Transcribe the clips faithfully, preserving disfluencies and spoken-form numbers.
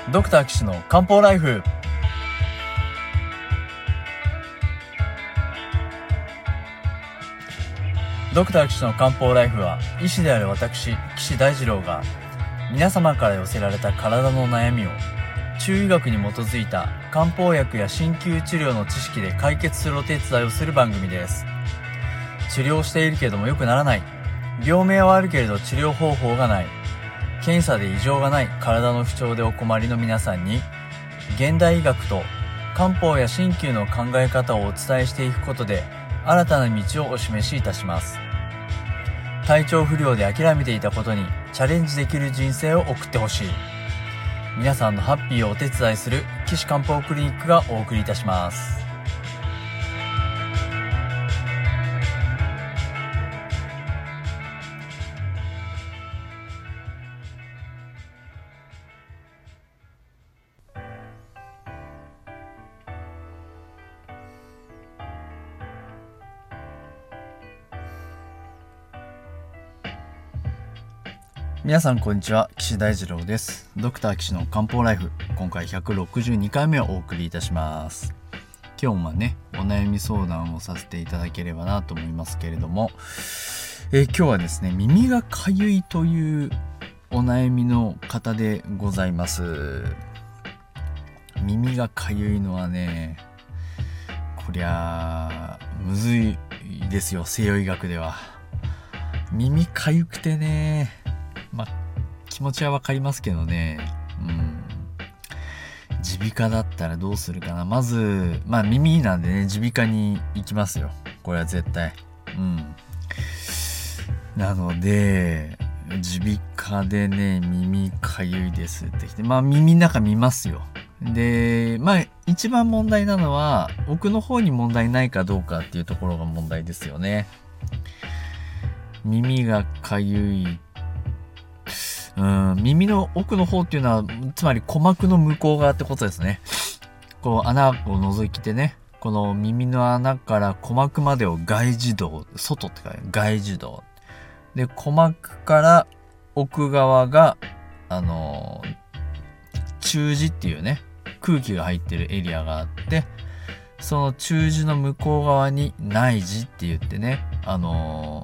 ドクター岸の漢方ライフ。ドクター岸の漢方ライフは、医師である私岸大二郎が皆様から寄せられた体の悩みを中医学に基づいた漢方薬や鍼灸治療の知識で解決するお手伝いをする番組です。治療しているけれども良くならない、病名はあるけれど治療方法がない、検査で異常がない体の不調でお困りの皆さんに、現代医学と漢方や鍼灸の考え方をお伝えしていくことで新たな道をお示しいたします。体調不良で諦めていたことにチャレンジできる人生を送ってほしい。皆さんのハッピーをお手伝いする岸漢方クリニックがお送りいたします。皆さんこんにちは、岸大二郎です。ドクター岸の漢方ライフ、今回ひゃくろくじゅうにかいめをお送りいたします。今日もね、お悩み相談をさせていただければなと思いますけれども、えー、今日はですね、耳がかゆいというお悩みの方でございます。耳がかゆいのはね、こりゃむずいですよ、西洋医学では。耳かゆくてね、まあ、気持ちはわかりますけどね、うん。耳鼻科だったらどうするかな。まず、まあ耳なんでね、耳鼻科に行きますよ。これは絶対。うん。なので、耳鼻科でね、耳かゆいですってきて、まあ耳の中見ますよ。で、まあ一番問題なのは、奥の方に問題ないかどうかっていうところが問題ですよね。耳がかゆい。うん、耳の奥の方っていうのは、つまり鼓膜の向こう側ってことですね。こう穴を覗いてね、この耳の穴から鼓膜までを外耳道、外って書いて外耳道で、鼓膜から奥側があの中耳っていうね、空気が入ってるエリアがあって、その中耳の向こう側に内耳って言ってね、あの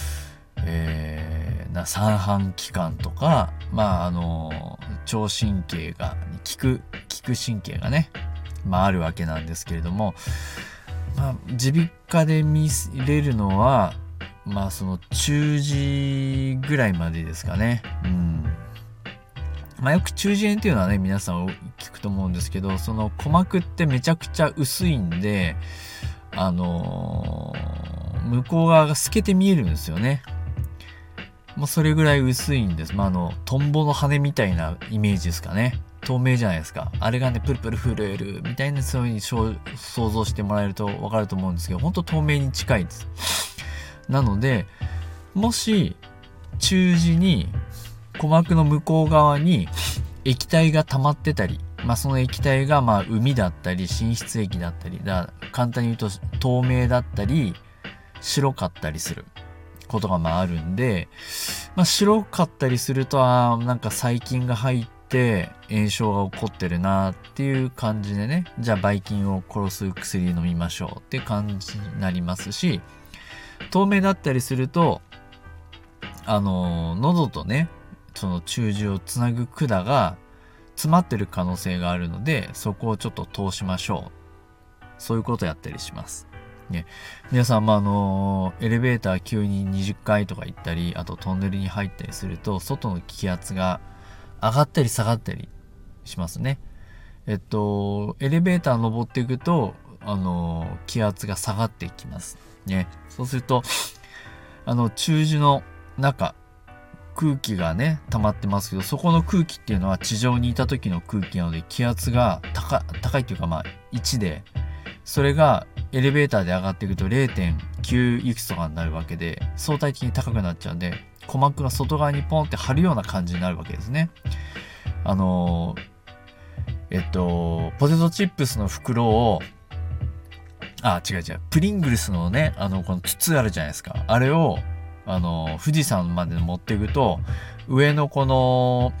えー、な三半規管とか、まああの聴神経が聞く聞く神経がね、まああるわけなんですけれども、まあ耳鼻科で見れるのは、まあその中耳ぐらいまでですかね。うん。まあよく中耳炎っていうのはね、皆さん聞くと思うんですけど、その鼓膜ってめちゃくちゃ薄いんで、あのー、向こう側が透けて見えるんですよね。もうそれぐらい薄いんです。まあ、あの、トンボの羽みたいなイメージですかね。透明じゃないですか。あれがね、プルプル震えるみたいな、そういう風に想像してもらえるとわかると思うんですけど、本当透明に近いです。なので、もし、中耳に、鼓膜の向こう側に液体が溜まってたり、まあその液体がまあ膿だったり、滲出液だったり、だ簡単に言うと透明だったり、白かったりすることがまああるんで、まあ白かったりすると、あなんか細菌が入って炎症が起こってるなっていう感じでね、じゃあばい菌を殺す薬飲みましょうって感じになりますし、透明だったりすると、あの喉とね、その中耳をつなぐ管が詰まってる可能性があるので、そこをちょっと通しましょう。そういうことやったりします。ね、皆さんもあのエレベーター急ににじゅっかいとか行ったり、あとトンネルに入ったりすると、外の気圧が上がったり下がったりしますね。えっとエレベーター登っていくと、あの気圧が下がっていきますね。そうすると、あの中耳の中、空気がね溜まってますけど、そこの空気っていうのは地上にいた時の空気なので、気圧が高、高いっていうかまあいちで、それがエレベーターで上がっていくと れいてんきゅう いくつとかになるわけで、相対的に高くなっちゃうんで、鼓膜が外側にポンって張るような感じになるわけですね。あのえっとポテトチップスの袋を、あ違う違うプリングルスのね、あのこの筒あるじゃないですか。あれをあの富士山まで持っていくと、上のこの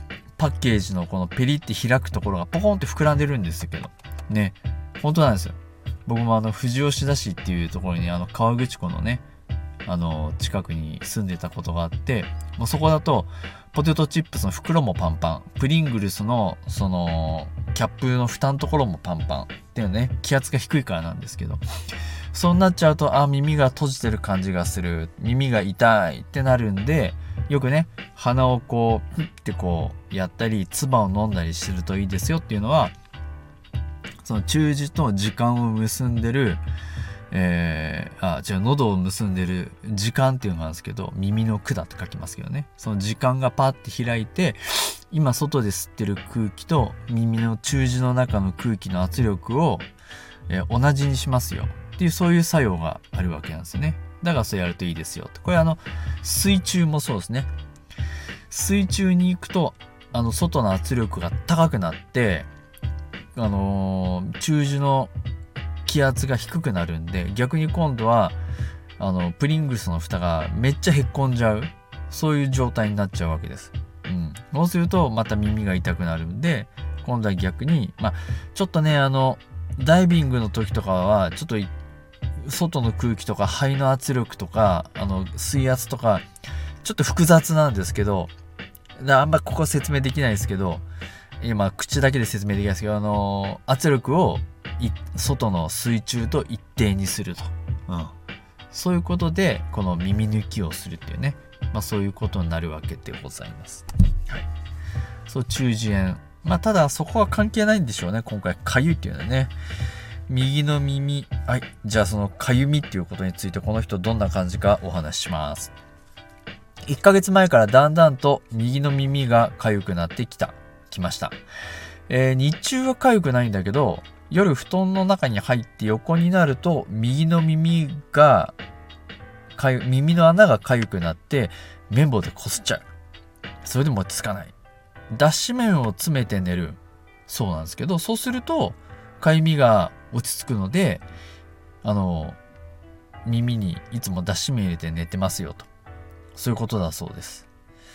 パッケージのこのペリって開くところがポコンって膨らんでるんですけどね、本当なんですよ。僕もあの富士吉田市っていうところにあの河口湖のねあの近くに住んでたことがあって、もうそこだとポテトチップスの袋もパンパン、プリングルスのそのキャップの蓋のところもパンパンっていうね、気圧が低いからなんですけど、そうなっちゃうと、あ、耳が閉じてる感じがする、耳が痛いってなるんで、よくね鼻をこうプッてこうやったり唾を飲んだりするといいですよっていうのは、その中耳と耳管を結んでるえー、あ、違う、喉を結んでる耳管っていうのなんですけど、耳の管って書きますけどね。その耳管がパッて開いて、今外で吸ってる空気と耳の中耳の中の空気の圧力を、えー、同じにしますよっていう、そういう作用があるわけなんですよね。だからそれやるといいですよ。これあの、水中もそうですね。水中に行くと、あの、外の圧力が高くなって、あのー、中耳の気圧が低くなるんで、逆に今度はあのプリングルスの蓋がめっちゃへっこんじゃう、そういう状態になっちゃうわけです。うん、そうするとまた耳が痛くなるんで、今度は逆に、まあちょっとね、あのダイビングの時とかはちょっと外の空気とか肺の圧力とかあの水圧とかちょっと複雑なんですけど、あんまここ説明できないですけど、今口だけで説明できないですけど、あの圧力を外の水中と一定にすると、うん、そういうことでこの耳抜きをするっていうね、まあ、そういうことになるわけでございます。はい、そう中耳炎、まあただそこは関係ないんでしょうね。今回かゆいっていうのはね、右の耳、はい、じゃあそのかゆみっていうことについてこの人どんな感じかお話しします。いっかげつまえからだんだんと右の耳がかゆくなってきたきました。えー、日中はかゆくないんだけど、夜布団の中に入って横になると右の耳がかゆ耳の穴がかゆくなって綿棒でこすっちゃう。それでも落ち着かない。脱脂綿を詰めて寝るそうなんですけど、そうするとかゆみが落ち着くので、あの耳にいつも脱脂綿入れて寝てますよと、そういうことだそうです。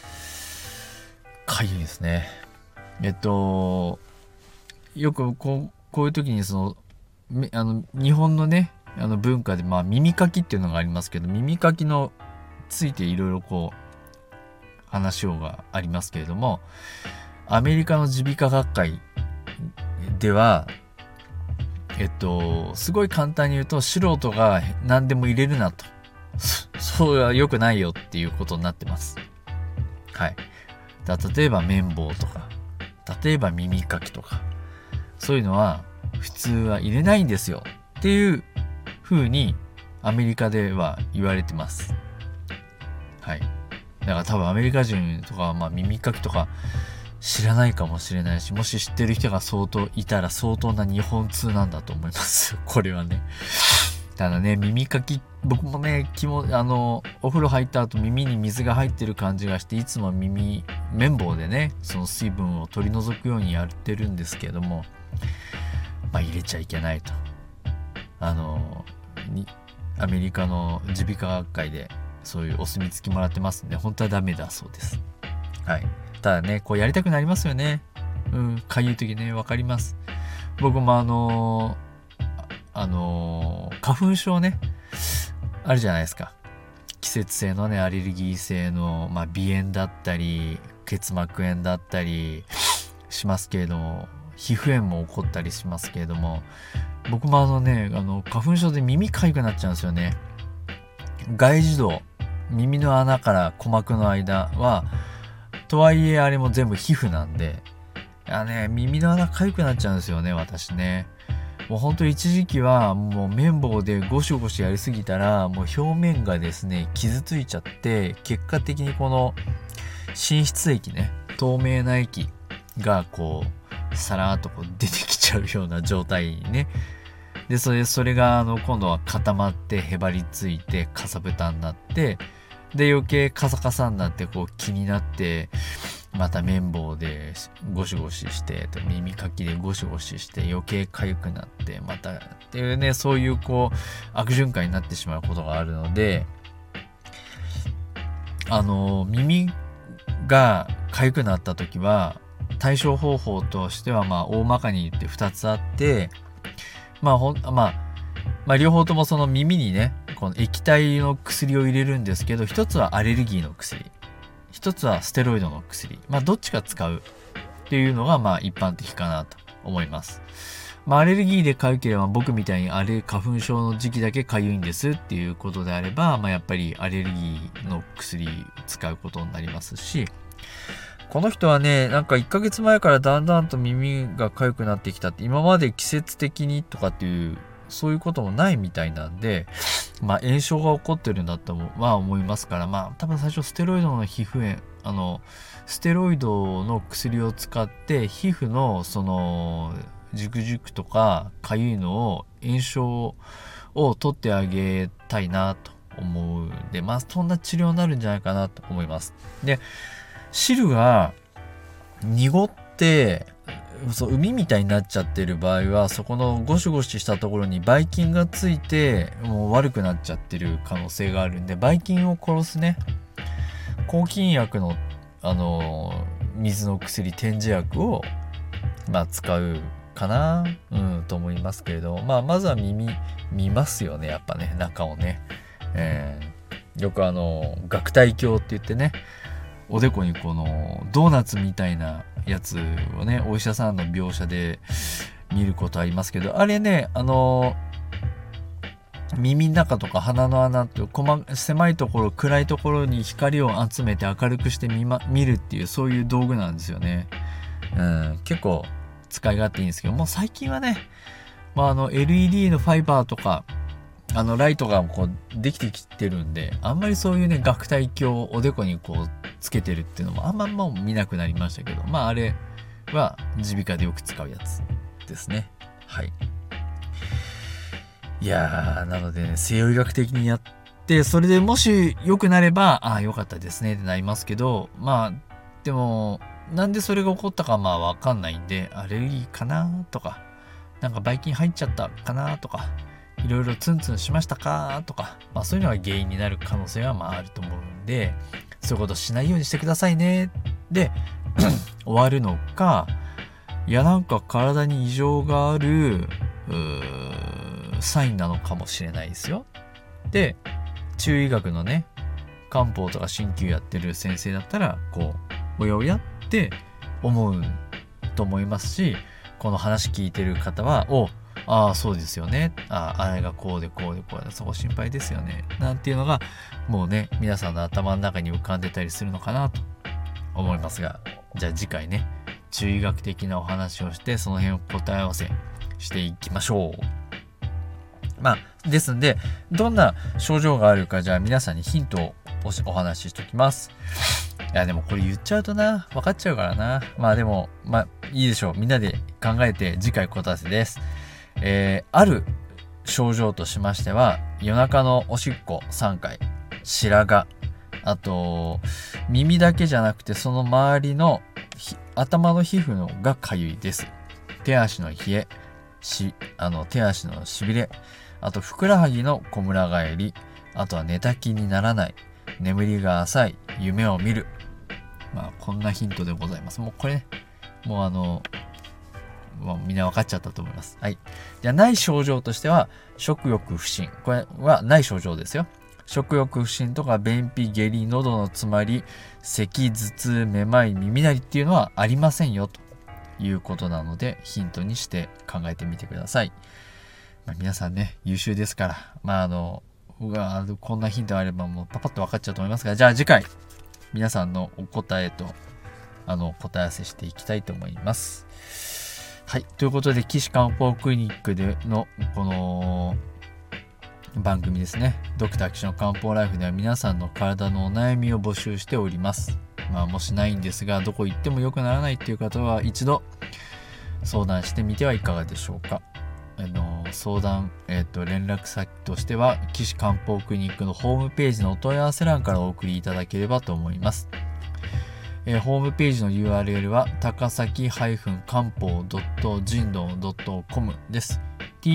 かゆいですね。えっとよくこうこういう時にそのあの日本のねあの文化で、まあ、耳かきっていうのがありますけど、耳かきのついていろいろこう話をがありますけれども、アメリカの耳鼻科学会ではえっとすごい簡単に言うと、素人が何でも入れるなと、そうは良くないよっていうことになってます。はい。だ例えば綿棒とか、例えば耳かきとか、そういうのは普通は入れないんですよっていう風にアメリカでは言われてます。はい。だから多分アメリカ人とかはまあ耳かきとか知らないかもしれないし、もし知ってる人が相当いたら相当な日本通なんだと思いますこれはね。ただね、耳かき、僕もね、気もあのお風呂入った後耳に水が入ってる感じがして、いつも耳綿棒でねその水分を取り除くようにやってるんですけれども、まあ入れちゃいけないと、あのにアメリカの耳鼻科学会でそういうお墨付きもらってますんで、本当はダメだそうです。はい。ただね、こうやりたくなりますよね。うん、かゆい時ね、わかります。僕もあのあの花粉症ねあるじゃないですか。季節性のねアレルギー性の、まあ、鼻炎だったり結膜炎だったりしますけれども、皮膚炎も起こったりしますけれども、僕もあのねあの花粉症で耳かゆくなっちゃうんですよね。外耳道、耳の穴から鼓膜の間はとはいえあれも全部皮膚なんで、いやね、耳の穴かゆくなっちゃうんですよね、私ね。もうほんと一時期はもう綿棒でゴシゴシやりすぎたら、もう表面がですね傷ついちゃって、結果的にこの滲出液ね、透明な液がこうさらーっとこう出てきちゃうような状態にね。でそれそれがあの今度は固まってへばりついてかさぶたになって、で余計カサカサになってこう気になって、また綿棒でゴシゴシして、耳かきでゴシゴシして余計痒くなってまたっていうね、そういうこう悪循環になってしまうことがあるので、あの耳が痒くなった時は対処方法としてはまあ大まかに言ってふたつあって、まあほん、まあ、まあ両方ともその耳にねこの液体の薬を入れるんですけど、一つはアレルギーの薬、一つはステロイドの薬、まあどっちか使うっていうのがまあ一般的かなと思います。まあアレルギーでかゆければ、僕みたいにあれ花粉症の時期だけかゆいんですっていうことであれば、まあやっぱりアレルギーの薬使うことになりますし、この人はねなんかいっかげつまえからだんだんと耳がかゆくなってきたって、今まで季節的にとかっていうそういうこともないみたいなんで、まあ炎症が起こってるんだとは思いますから、まあ多分最初ステロイドの皮膚炎、あのステロイドの薬を使って皮膚のそのジュクジュクとかかゆいのを炎症を取ってあげたいなと思うんで、まあそんな治療になるんじゃないかなと思います。で、汁が濁ってそう海みたいになっちゃってる場合は、そこのゴシゴシしたところにばい菌がついてもう悪くなっちゃってる可能性があるんで、ばい菌を殺すね抗菌薬のあの水の薬点耳薬をまあ使うかな、うんと思いますけれど、まあまずは耳見ますよね、やっぱね中をね、えー、よくあの顎体鏡って言ってね、おでこにこのドーナツみたいなやつをねお医者さんの描写で見ることありますけど、あれねあの耳の中とか鼻の穴って細狭いところ暗いところに光を集めて明るくして見、ま、見るっていうそういう道具なんですよね。うん、結構使い勝手いいんですけど、もう最近はね、まあ、あの エルイーディー のファイバーとかあのライトがこうできてきてるんで、あんまりそういうね顎体鏡をおでこにこうつけてるっていうのもあんまもう見なくなりましたけど、まああれは耳鼻科でよく使うやつですね。はい。いやーなので、ね、西洋医学的にやってそれでもし良くなればああ良かったですねってなりますけど、まあでもなんでそれが起こったかまあ分かんないんで、アレルギーかなとか、なんかばい菌入っちゃったかなとか、いろいろツンツンしましたかとか、まあそういうのが原因になる可能性はまああると思うんで、そういうことしないようにしてくださいねで終わるのか、いやなんか体に異常があるサインなのかもしれないですよ。で、中医学のね漢方とか鍼灸やってる先生だったらこうおやおやって思うと思いますし、この話聞いてる方はおああそうですよね、ああれがこうでこうでこうでそこ心配ですよねなんていうのがもうね皆さんの頭の中に浮かんでたりするのかなと思いますが、じゃあ次回ね中医学的なお話をしてその辺を答え合わせしていきましょう。まあですんでどんな症状があるか、じゃあ皆さんにヒントを お, お話ししておきます。いやでもこれ言っちゃうとな分かっちゃうからな、まあでもまあいいでしょう、みんなで考えて次回答え合わせです。えー、ある症状としましては夜中のおしっこさんかい、白髪、あと耳だけじゃなくてその周りの頭の皮膚のがかゆいです。手足の冷えしあの手足のしびれ、あとふくらはぎのこむら返り、あとは寝たきにならない、眠りが浅い、夢を見る、まあこんなヒントでございます。もうこれねもうあのもうみんな分かっちゃったと思います。はい。じゃあない症状としては食欲不振、これはない症状ですよ。食欲不振とか便秘、下痢、喉の詰まり、咳、頭痛、めまい、耳鳴りっていうのはありませんよということなのでヒントにして考えてみてください。まあ、皆さんね優秀ですから、まああのうわこんなヒントあればもうパパッと分かっちゃうと思いますが、じゃあ次回皆さんのお答えとあの答え合わせしていきたいと思います。はい。ということで、岸漢方クリニックでのこの番組ですね。ドクター岸の漢方ライフでは皆さんの体のお悩みを募集しております。まあ、もしないんですが、どこ行っても良くならないっていう方は一度相談してみてはいかがでしょうか。あの相談、えーと、連絡先としては、岸漢方クリニックのホームページのお問い合わせ欄からお送りいただければと思います。えー、ホームページの ユーアールエル は高崎漢方人道 .com です。タ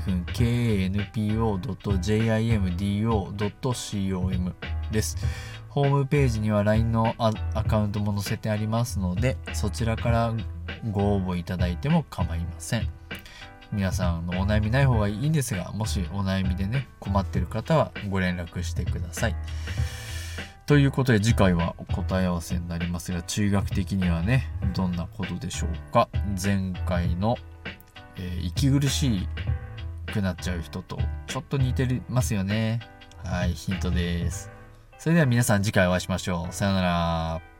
カサキ-kanpo.jimdo.com です。 ホームページには ライン のアカウントも載せてありますので、そちらからご応募いただいても構いません。皆さんのお悩みない方がいいんですが、もしお悩みでね困ってる方はご連絡してください。ということで次回は答え合わせになりますが、中学的にはねどんなことでしょうか。前回の、えー、息苦しくなっちゃう人とちょっと似てますよね。はい、ヒントです。それでは皆さん次回お会いしましょう。さようなら。